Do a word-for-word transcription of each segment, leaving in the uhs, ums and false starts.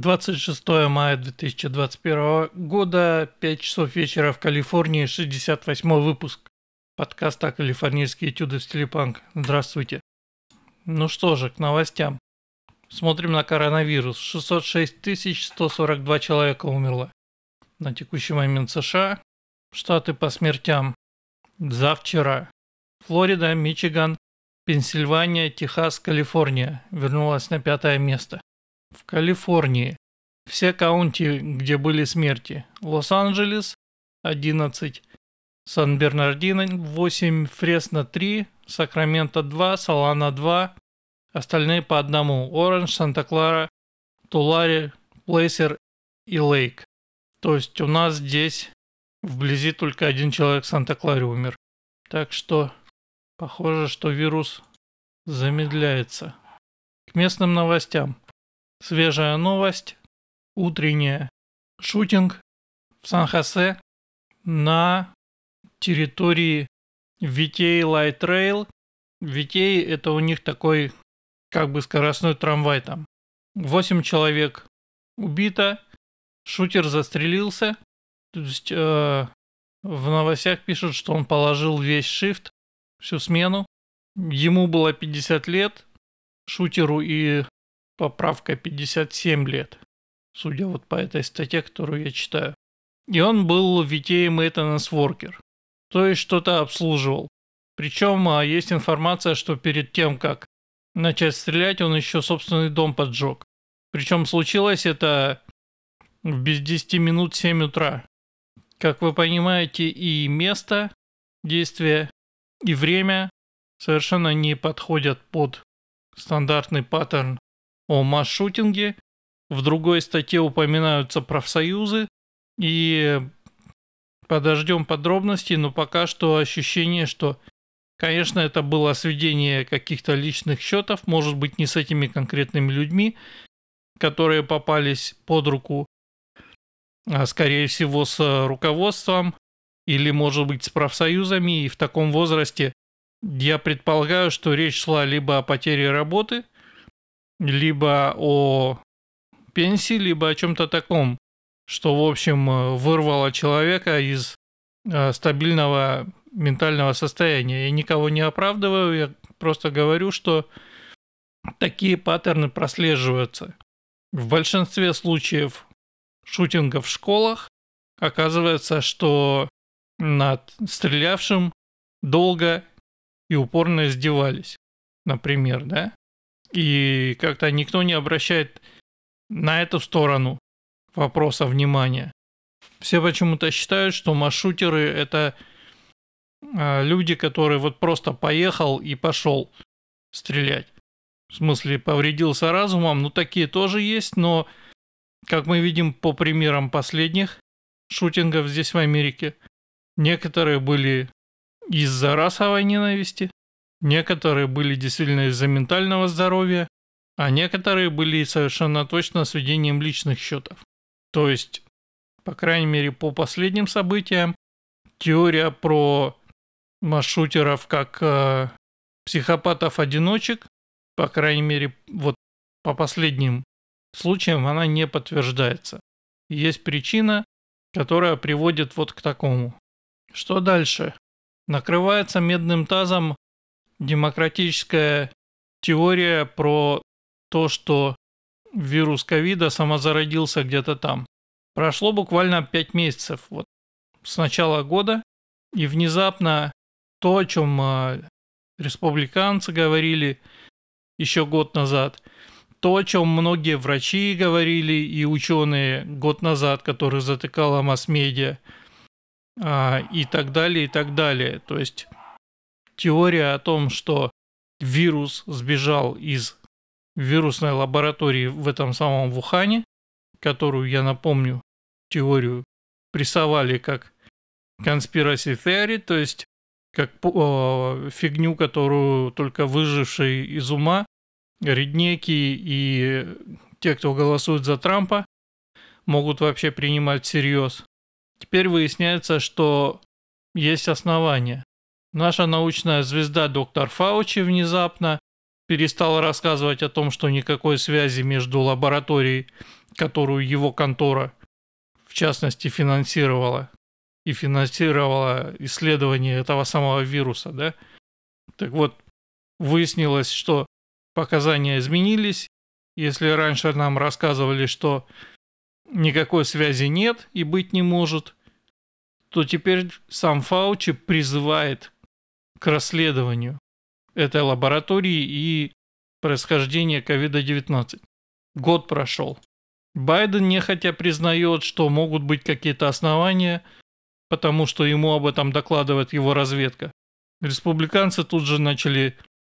двадцать шестое мая две тысячи двадцать первого года, пять часов вечера в Калифорнии, шестьдесят восьмой выпуск подкаста «Калифорнийские этюды в стиле панк». Здравствуйте. Ну что же, к новостям. Смотрим на коронавирус. шестьсот шесть тысяч сто сорок два человека умерло. На текущий момент США. Штаты по смертям. За вчера. Флорида, Мичиган, Пенсильвания, Техас, Калифорния. Вернулась на пятое место. В Калифорнии все каунти, где были смерти: Лос-Анджелес одиннадцать, Сан-Бернардино восемь, Фресно три, Сакраменто два, Солана два, остальные по одному: Оранж, Санта-Клара, Туларе, Плейсер и Лейк. То есть у нас здесь вблизи только один человек в Санта-Кларе умер. Так что похоже, что вирус замедляется. К местным новостям. Свежая новость, утренняя. Шутинг в Сан-Хосе на территории Витей Light Rail. Витей — это у них такой, как бы, скоростной трамвай там. Восемь человек убито, шутер застрелился. То есть э, в новостях пишут, что он положил весь шифт, всю смену. Ему было пятьдесят лет, шутеру, и поправка пятьдесят семь лет, судя вот по этой статье, которую я читаю. И он был Витей Maintenance Worker, то есть что-то обслуживал. Причем есть информация, что перед тем, как начать стрелять, он еще собственный дом поджег. Причем случилось это без десяти минут семь утра. Как вы понимаете, и место действия, и время совершенно не подходят под стандартный паттерн о масс-шутинге. В другой статье упоминаются профсоюзы, и подождем подробностей, но пока что ощущение, что, конечно, это было сведение каких-то личных счетов, может быть, не с этими конкретными людьми, которые попались под руку, а скорее всего с руководством, или, может быть, с профсоюзами, и в таком возрасте я предполагаю, что речь шла либо о потере работы, либо о пенсии, либо о чем-то таком, что, в общем, вырвало человека из э, стабильного ментального состояния. Я никого не оправдываю, я просто говорю, что такие паттерны прослеживаются. В большинстве случаев шутингов в школах оказывается, что над стрелявшим долго и упорно издевались, например, да? И как-то никто не обращает на эту сторону вопроса внимания. Все почему-то считают, что масс-шутеры — это э, люди, которые вот просто поехал и пошел стрелять. В смысле, повредился разумом. Ну, такие тоже есть, но, как мы видим по примерам последних шутингов здесь в Америке, некоторые были из-за расовой ненависти, некоторые были действительно из-за ментального здоровья, а некоторые были совершенно точно сведением личных счетов. То есть, по крайней мере, по последним событиям, теория про масс-шутеров как э, психопатов-одиночек, по крайней мере, вот по последним случаям, она не подтверждается. Есть причина, которая приводит вот к такому. Что дальше? Накрывается медным тазом демократическая теория про то, что вирус ковида самозародился где-то там. Прошло буквально пять месяцев вот с начала года, и внезапно то, о чем э, республиканцы говорили еще год назад, то, о чем многие врачи говорили и ученые год назад, которых затыкала масс-медиа, э, и так далее, и так далее. То есть теория о том, что вирус сбежал из вирусной лаборатории в этом самом Вухане, которую, я напомню, теорию прессовали как conspiracy theory, то есть как э, фигню, которую только выжившие из ума, реднеки и те, кто голосует за Трампа, могут вообще принимать всерьез. Теперь выясняется, что есть основания. Наша научная звезда доктор Фаучи внезапно перестал рассказывать о том, что никакой связи между лабораторией которую его контора, в частности, финансировала и финансировала исследование этого самого вируса, да. Так вот, выяснилось, что показания изменились. Если раньше нам рассказывали, что никакой связи нет и быть не может, то теперь сам Фаучи призывает к расследованию этой лаборатории и происхождения ковид девятнадцать. Год прошел. Байден нехотя признает, что могут быть какие-то основания, потому что ему об этом докладывает его разведка. Республиканцы тут же начали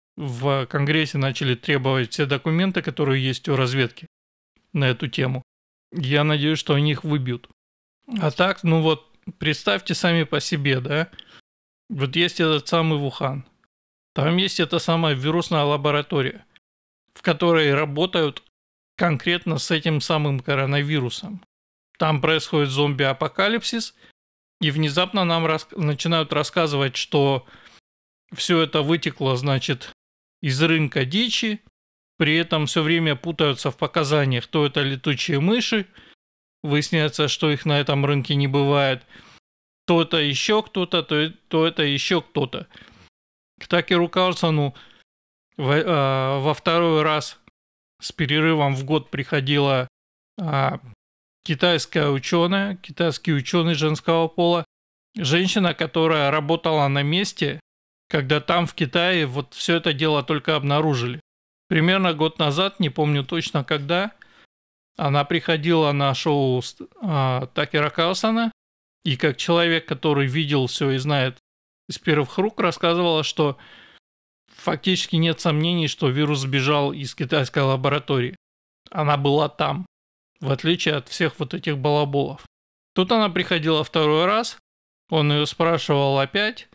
в Конгрессе начали требовать все документы, которые есть у разведки на эту тему. Я надеюсь, что они их выбьют. А так, ну вот, представьте сами по себе, да? Вот есть этот самый Вухан. Там есть эта самая вирусная лаборатория, в которой работают конкретно с этим самым коронавирусом. Там происходит зомби-апокалипсис, и внезапно нам рас... начинают рассказывать, что все это вытекло, значит, из рынка дичи, при этом все время путаются в показаниях, то это летучие мыши, выясняется, что их на этом рынке не бывает, то это еще кто-то, то, то это еще кто-то. К Такеру Карлсону во, а, во второй раз с перерывом в год приходила а, китайская ученая, китайский ученый женского пола, женщина, которая работала на месте, когда там в Китае вот все это дело только обнаружили. Примерно год назад, не помню точно когда, она приходила на шоу а, Такера Карлсона, и как человек, который видел все и знает из первых рук, рассказывала, что фактически нет сомнений, что вирус сбежал из китайской лаборатории. Она была там, в отличие от всех вот этих балаболов. Тут она приходила второй раз, он ее спрашивал опять,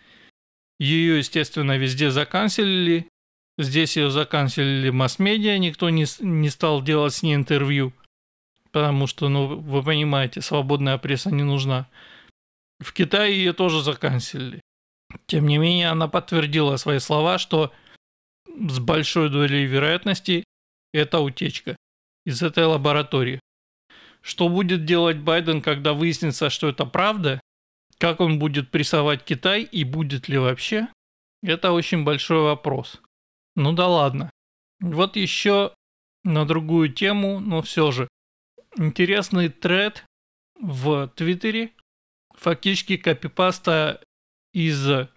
ее, естественно, везде заканцелили, здесь ее заканцелили масс-медиа, никто не, не стал делать с ней интервью, потому что, ну, вы понимаете, свободная пресса не нужна. В Китае ее тоже заканцелили. Тем не менее, она подтвердила свои слова, что с большой долей вероятности это утечка из этой лаборатории. Что будет делать Байден, когда выяснится, что это правда? Как он будет прессовать Китай и будет ли вообще? Это очень большой вопрос. Ну да ладно. Вот еще на другую тему, но все же. Интересный тред в Твиттере. Фактически копипаста из э,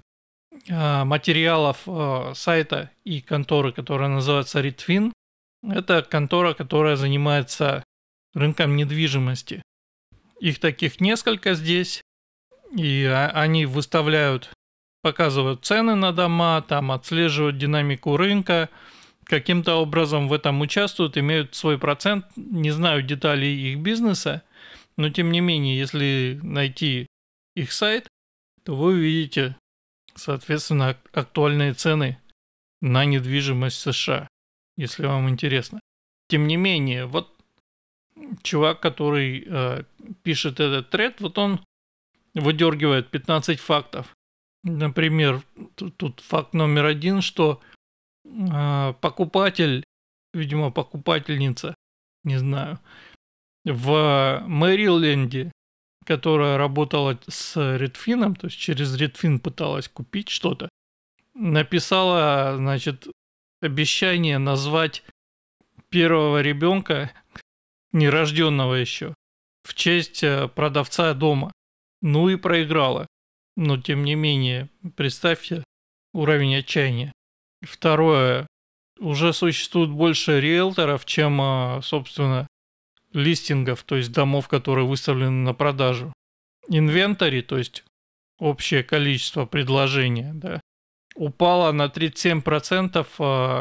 материалов э, сайта и конторы, которая называется Redfin. Это контора, которая занимается рынком недвижимости. Их таких несколько здесь. И они выставляют, показывают цены на дома, там отслеживают динамику рынка, каким-то образом в этом участвуют, имеют свой процент. Не знаю деталей их бизнеса, но тем не менее, если найти их сайт, то вы увидите, соответственно, актуальные цены на недвижимость в США, если вам интересно. Тем не менее, вот чувак, который э, пишет этот тред, вот он выдергивает пятнадцать фактов. Например, тут, тут факт номер один, что э, покупатель, видимо, покупательница, не знаю, в Мэриленде, которая работала с Redfin, то есть через Redfin пыталась купить что-то, написала, значит, обещание назвать первого ребенка, нерожденного еще, в честь продавца дома. Ну и проиграла. Но тем не менее, представьте уровень отчаяния. Второе. Уже существует больше риэлторов, чем, собственно, листингов, то есть домов, которые выставлены на продажу. Инвентарь, то есть общее количество предложения, да, упало на тридцать семь процентов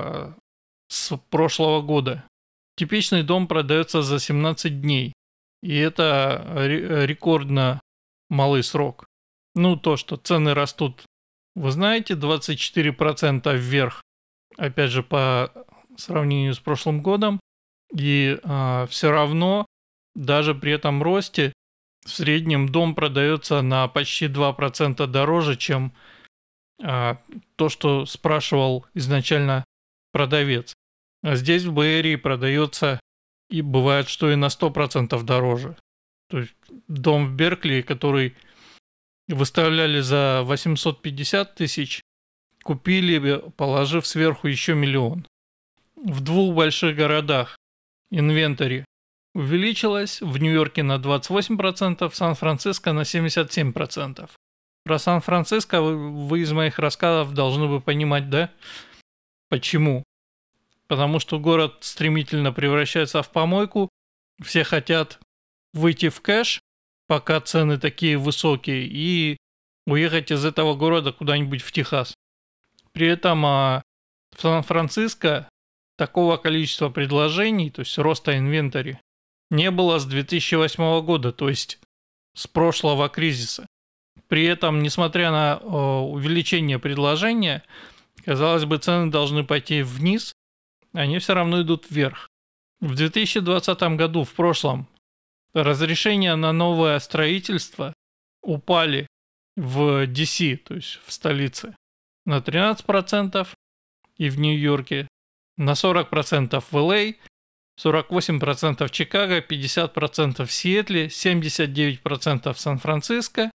с прошлого года. Типичный дом продается за семнадцать дней. И это рекордно малый срок. Ну, то, что цены растут, вы знаете, двадцать четыре процента вверх, опять же, по сравнению с прошлым годом. И а, все равно, даже при этом росте, в среднем дом продается на почти два процента дороже, чем а, то, что спрашивал изначально продавец. А здесь в Бэй-Эрии продается И бывает, что и на сто процентов дороже. То есть дом в Беркли, который выставляли за восемьсот пятьдесят тысяч, купили, положив сверху еще миллион. В двух больших городах инвентарь увеличилось, в Нью-Йорке на двадцать восемь процентов, в Сан-Франциско на семьдесят семь процентов. Про Сан-Франциско вы, вы из моих рассказов должны бы понимать, да? Почему? Потому что город стремительно превращается в помойку, все хотят выйти в кэш, пока цены такие высокие, и уехать из этого города куда-нибудь в Техас. При этом а, в Сан-Франциско такого количества предложений, то есть роста инвентаря, не было с две тысячи восьмого года, то есть с прошлого кризиса. При этом, несмотря на э, увеличение предложения, казалось бы, цены должны пойти вниз, они все равно идут вверх. В две тысячи двадцатом году, в прошлом, разрешения на новое строительство упали в Ди Си, то есть в столице, на тринадцать процентов и в Нью-Йорке, на сорок процентов в Эл Эй, сорок восемь процентов в Чикаго, пятьдесят процентов в Сиэтле, семьдесят девять процентов в Сан-Франциско.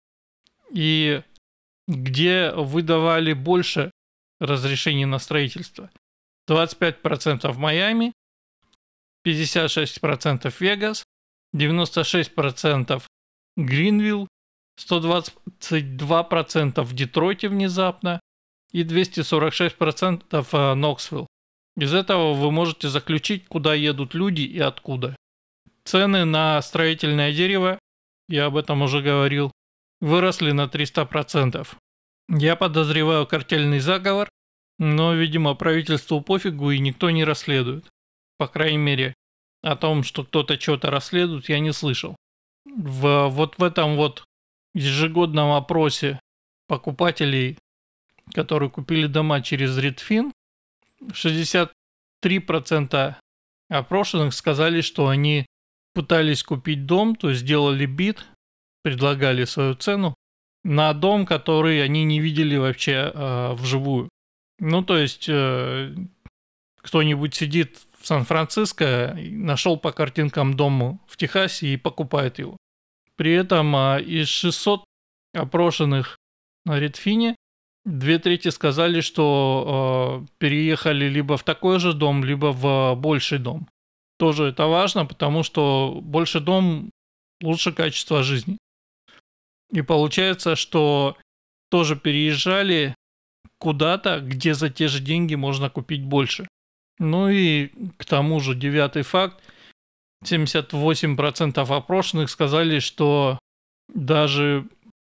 И где выдавали больше разрешений на строительство? двадцать пять процентов в Майами, пятьдесят шесть процентов в Вегас, девяносто шесть процентов Гринвилл, сто двадцать два процента в Детройте внезапно и двести сорок шесть процентов Ноксвилл. Из этого вы можете заключить, куда едут люди и откуда. Цены на строительное дерево, я об этом уже говорил, выросли на триста процентов. Я подозреваю картельный заговор, но, видимо, правительству пофигу и никто не расследует. По крайней мере, о том, что кто-то что-то расследует, я не слышал. В, вот в этом вот ежегодном опросе покупателей, которые купили дома через Redfin, шестьдесят три процента опрошенных сказали, что они пытались купить дом, то есть сделали бид, предлагали свою цену на дом, который они не видели вообще э, вживую. Ну, то есть э, кто-нибудь сидит в Сан-Франциско, нашел по картинкам дом в Техасе и покупает его. При этом э, из шестисот опрошенных на Redfin две трети сказали, что э, переехали либо в такой же дом, либо в больший дом. Тоже это важно, потому что больший дом лучше качество жизни. И получается, что тоже переезжали куда-то, где за те же деньги можно купить больше. Ну и к тому же девятый факт. семьдесят восемь процентов опрошенных сказали, что даже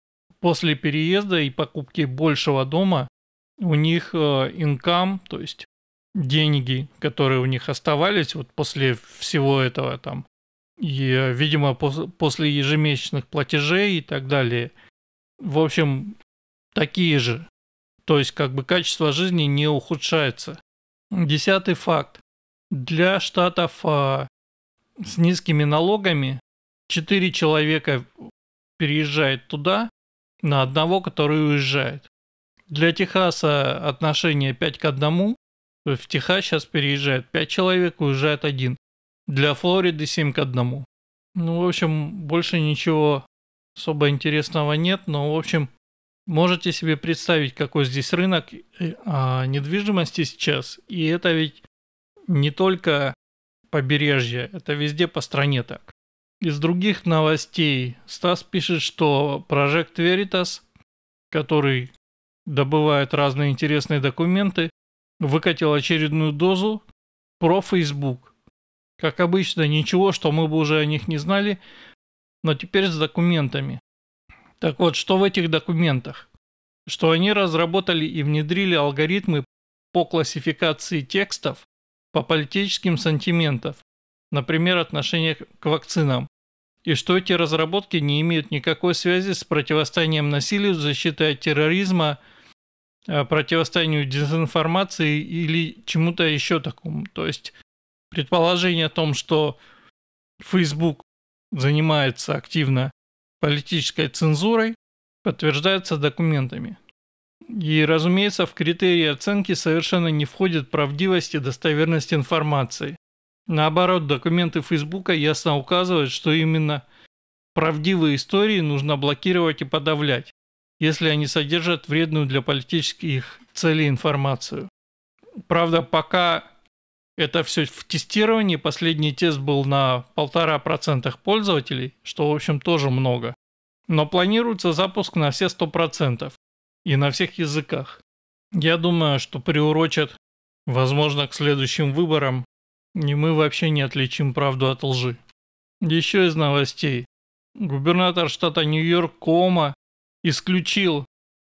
после переезда и покупки большего дома у них инкам, то есть деньги, которые у них оставались вот после всего этого там, и, видимо, пос- после ежемесячных платежей и так далее, в общем, такие же. То есть, как бы качество жизни не ухудшается. Десятый факт. Для штатов а, с низкими налогами четыре человека переезжает туда на одного, который уезжает. Для Техаса отношение пять к одному. То есть в Техас сейчас переезжает пять человек, уезжает один. Для Флориды семь к одному. Ну, в общем, больше ничего особо интересного нет. Но, в общем, можете себе представить, какой здесь рынок а, недвижимости сейчас. И это ведь не только побережье, это везде по стране так. Из других новостей Стас пишет, что Project Veritas, который добывает разные интересные документы, выкатил очередную дозу про Facebook. Как обычно, ничего, что мы бы уже о них не знали, но теперь с документами. Так вот, что в этих документах? Что они разработали и внедрили алгоритмы по классификации текстов по политическим сантиментам, например, отношение к вакцинам. И что эти разработки не имеют никакой связи с противостоянием насилию, защитой от терроризма, противостоянию дезинформации или чему-то еще такому. То есть предположение о том, что Facebook занимается активно политической цензурой, подтверждается документами. И, разумеется, в критерии оценки совершенно не входит правдивость и достоверность информации. Наоборот, документы Фейсбука ясно указывают, что именно правдивые истории нужно блокировать и подавлять, если они содержат вредную для политических целей информацию. Правда, пока это все в тестировании, последний тест был на полтора процента пользователей, что, в общем, тоже много. Но планируется запуск на все сто процентов и на всех языках. Я думаю, что приурочат, возможно, к следующим выборам, и мы вообще не отличим правду от лжи. Еще из новостей. Губернатор штата Нью-Йорк Куомо исключил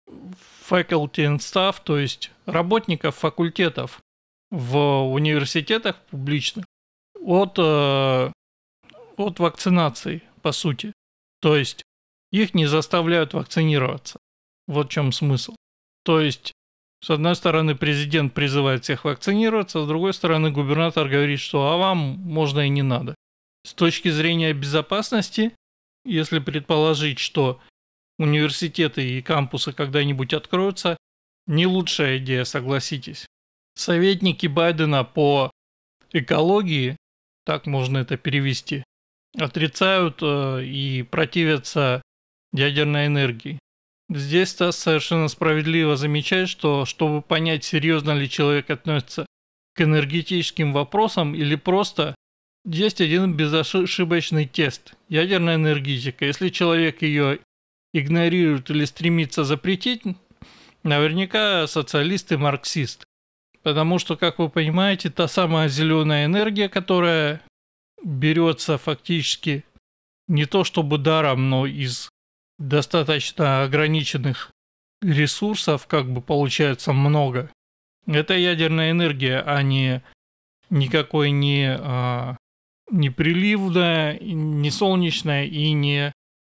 faculty and staff, то есть работников факультетов в университетах публичных от, э, от вакцинации, по сути. То есть их не заставляют вакцинироваться. Вот в чем смысл. То есть, с одной стороны, президент призывает всех вакцинироваться, с другой стороны, губернатор говорит, что а вам можно и не надо. С точки зрения безопасности, если предположить, что университеты и кампусы когда-нибудь откроются, не лучшая идея, согласитесь. Советники Байдена по экологии, так можно это перевести, отрицают э, и противятся ядерной энергии. Здесь Стас совершенно справедливо замечает, что чтобы понять, серьезно ли человек относится к энергетическим вопросам или просто есть один безошибочный тест – ядерная энергетика. Если человек ее игнорирует или стремится запретить, наверняка социалист и марксист. Потому что, как вы понимаете, та самая зеленая энергия, которая берется фактически не то чтобы даром, но из достаточно ограниченных ресурсов, как бы получается много. Это ядерная энергия, а не никакой не, а, не приливная, не солнечная и не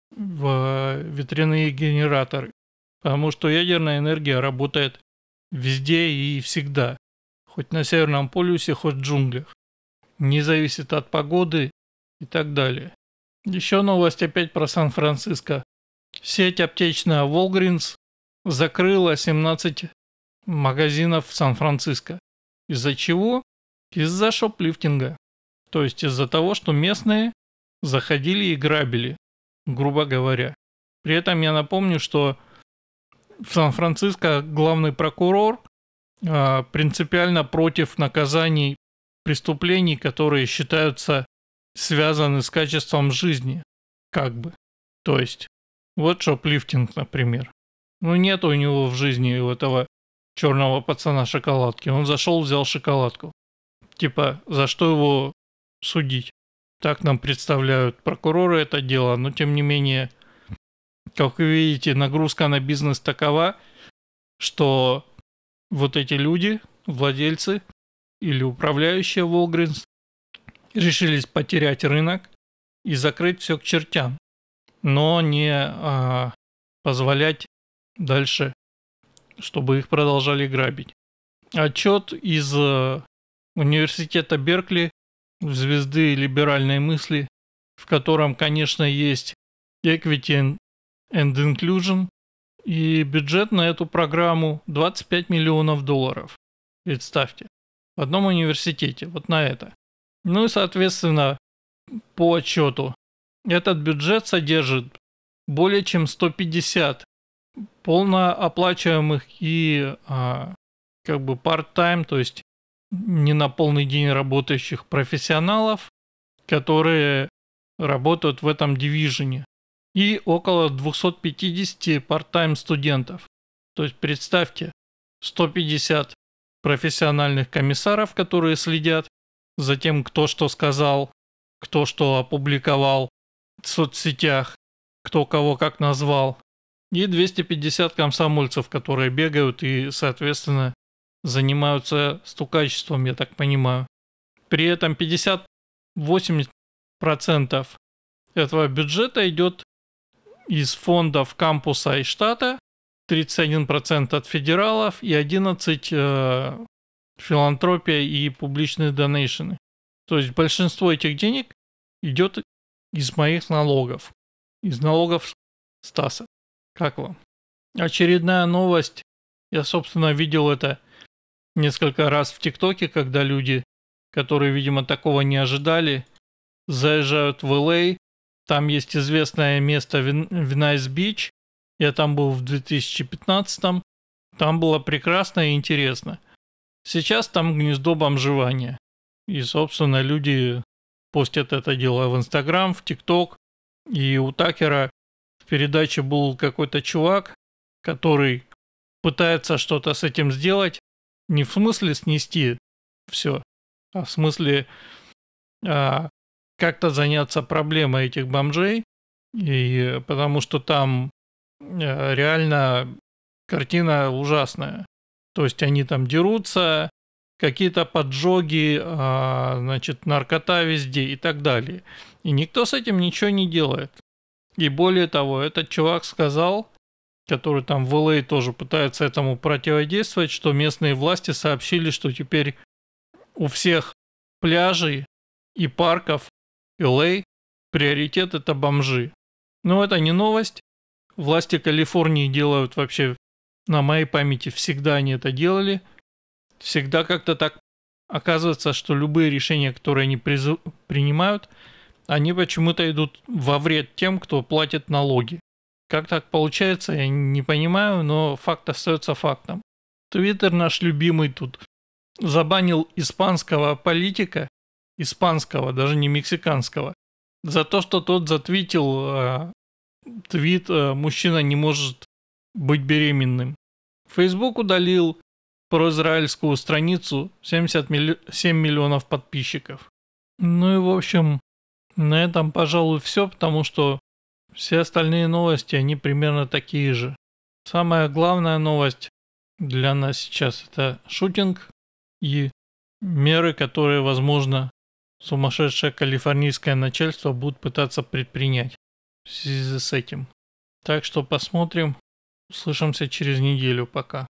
в ветряные генераторы. Потому что ядерная энергия работает везде и всегда. Хоть на Северном полюсе, хоть в джунглях. Не зависит от погоды и так далее. Еще новость опять про Сан-Франциско. Сеть аптечная Walgreens закрыла семнадцать магазинов в Сан-Франциско. Из-за чего? Из-за шоплифтинга. То есть из-за того, что местные заходили и грабили, грубо говоря. При этом я напомню, что в Сан-Франциско главный прокурор э, принципиально против наказаний преступлений, которые считаются связаны с качеством жизни, как бы. То есть, вот шоплифтинг, например. Ну, нет у него в жизни у этого черного пацана шоколадки. Он зашел, взял шоколадку. Типа, за что его судить? Так нам представляют прокуроры это дело, но тем не менее, как вы видите, нагрузка на бизнес такова, что вот эти люди, владельцы или управляющие Walgreens, решились потерять рынок и закрыть все к чертям, но не а, позволять дальше, чтобы их продолжали грабить. Отчет из а, университета Беркли, звезды либеральной мысли, в котором, конечно, есть Equity and Inclusion, и бюджет на эту программу двадцать пять миллионов долларов. Представьте, в одном университете, вот на это. Ну и, соответственно, по отчету, этот бюджет содержит более чем сто пятьдесят полнооплачиваемых и а, как бы part-time, то есть не на полный день работающих профессионалов, которые работают в этом дивижене, и около двести пятьдесят part-time студентов. То есть представьте, сто пятьдесят профессиональных комиссаров, которые следят за тем, кто что сказал, кто что опубликовал в соцсетях, кто кого как назвал, и двести пятьдесят комсомольцев, которые бегают и, соответственно, занимаются стукачеством, я так понимаю. При этом пятьдесят-восемьдесят процентов этого бюджета идет из фондов кампуса и штата, тридцать один процент от федералов и одиннадцать процентов э, филантропия и публичные донейшены. То есть большинство этих денег идет из моих налогов. Из налогов Стаса. Как вам? Очередная новость. Я, собственно, видел это несколько раз в ТикТоке, когда люди которые, видимо, такого не ожидали, заезжают в Эл Эй. Там есть известное место Венайс-Бич. Я там был в две тысячи пятнадцатом. Там было прекрасно и интересно. Сейчас там гнездо бомжевания. И, собственно, люди постят это дело в Инстаграм, в ТикТок. И у Такера в передаче был какой-то чувак, который пытается что-то с этим сделать. Не в смысле снести все, а в смысле а, как-то заняться проблемой этих бомжей. И потому что там а, реально картина ужасная. То есть они там дерутся, какие-то поджоги, а, значит, наркота везде и так далее. И никто с этим ничего не делает. И более того, этот чувак сказал, который там в Эл Эй тоже пытается этому противодействовать, что местные власти сообщили, что теперь у всех пляжей и парков Эл Эй приоритет это бомжи. Но это не новость. Власти Калифорнии делают вообще, на моей памяти, всегда они это делали. Всегда как-то так оказывается, что любые решения, которые они призыв... принимают, они почему-то идут во вред тем, кто платит налоги. Как так получается, я не понимаю, но факт остается фактом. Твиттер наш любимый тут забанил испанского политика, испанского, даже не мексиканского, за то, что тот затвитил э, твит э, «Мужчина не может быть беременным». Facebook удалил произраильскую страницу семьдесят семь миллионов подписчиков. Ну и в общем, на этом, пожалуй, все, потому что все остальные новости, они примерно такие же. Самая главная новость для нас сейчас это шутинг и меры, которые, возможно, сумасшедшее калифорнийское начальство будут пытаться предпринять в связи с этим. Так что посмотрим. Услышимся через неделю. Пока.